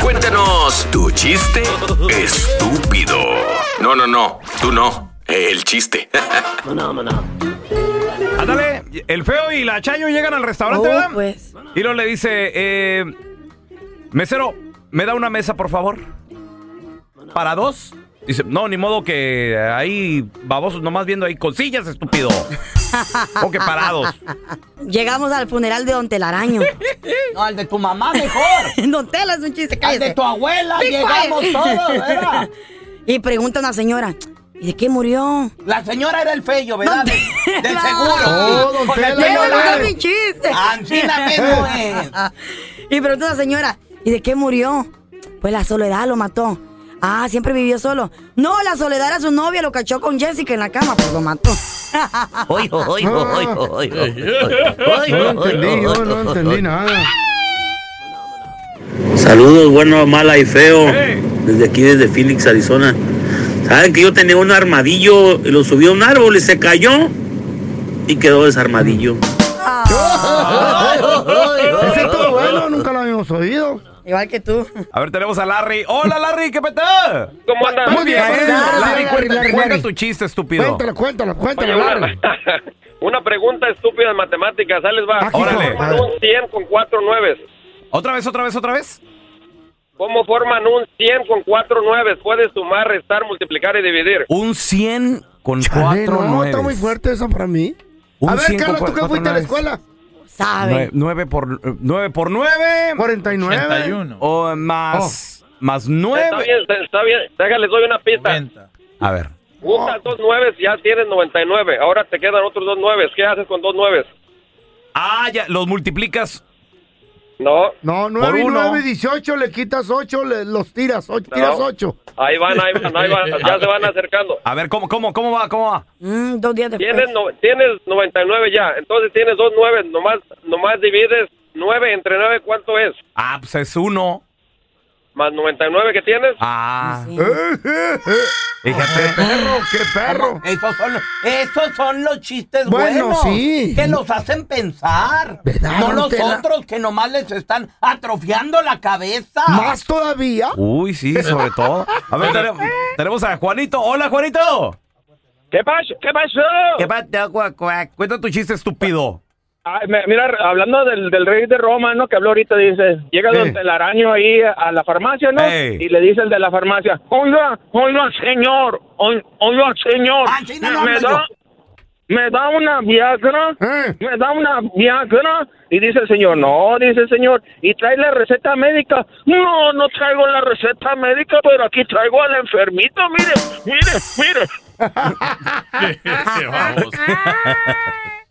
Cuéntanos tu chiste estúpido. No, tú no. El chiste. Ándale, el feo y la Chayo llegan al restaurante, ¿verdad? Pues. Y luego le dice, mesero, ¿me da una mesa, por favor? ¿Para dos? Dice, no, ni modo que ahí, babosos, nomás viendo ahí con sillas, estúpido. O que parados. Llegamos al funeral de Don Telaraño. No, al de tu mamá mejor. Don Tela es un chiste, Al cállese. de tu abuela, Be llegamos quiet. todos, ¿verdad? Y pregunta una señora, ¿y de qué murió? La señora era el feyo, ¿verdad? Del No. seguro. Oh, don Con el Tela. pelo ¡Déjame largo. contar mi chiste! Ancina mismo es. Y pregunta una señora, ¿y de qué murió? Pues la soledad lo mató. Ah, ¿siempre vivió solo? No, la soledad era su novia, lo cachó con Jessica en la cama, pues lo mató. No entendí nada. Saludos, bueno, mala y feo. Hey. Desde aquí, desde Phoenix, Arizona. Saben que yo tenía un armadillo y lo subí a un árbol y se cayó y quedó desarmadillo. Ese estuvo bueno, nunca lo habíamos oído. Igual que tú. A ver, tenemos a Larry. Hola, Larry, ¿qué peta? ¿Cómo andas? Muy bien, Larry, Larry. cuenta tu chiste, estúpido. Cuéntalo, Oye, Larry. una pregunta estúpida en matemáticas, ahí les va. Aquí, Órale. ¿Cómo forman un 100 con 4 nueves? ¿Otra vez? ¿Cómo forman un 100 con 4 nueves? Puedes sumar, restar, multiplicar y dividir. Un 100 con Chale, 4 no, nueves. está muy fuerte eso para mí. Un A ver, 100 con Carlos, ¿tú qué cuatro fuiste a la nueves. escuela? Sabe. 9 por 9. 49. 81. O más 9. Está bien. Déjales, doy una pista. 90. A ver. Juntas 2 nueves, ya tienes 99. Ahora te quedan otros 2 nueves. ¿Qué haces con 2 nueves? Ah, ya, los multiplicas. No. No, 9 y uno. 9, 18, le quitas 8, los tiras. Tiras 8. Ahí van. Ya se van acercando. A ver, ¿cómo va? 2 días después. Tienes 99 ya. Entonces tienes 2 nueves. Nomás divides 9 entre 9. ¿Cuánto es? Ah, pues es 1. Más 99 que tienes. Ah, Sí. fíjate. ¡Qué perro! Esos son los chistes Bueno, buenos. sí. Que los hacen pensar. ¿Verdad, No don los Tela? otros que nomás les están atrofiando la cabeza. ¿Más todavía? Uy, sí, sobre todo. A ver, tenemos a Juanito. Hola, Juanito. ¿Qué pasó? ¿Qué pasó, cuac? Cuenta tu chiste, estúpido. Ay, mira, hablando del rey de Roma, ¿no? Que habló ahorita, dice, llega Don Telaraño ahí a la farmacia, ¿no? Ey. Y le dice el de la farmacia, oiga, señor, Ah, sí, no, no, no, me da una Viagra, ¿Eh? me da una Viagra. Y dice el señor, no, dice el señor, ¿y trae la receta médica? No traigo la receta médica, pero aquí traigo al enfermito, mire. Vamos.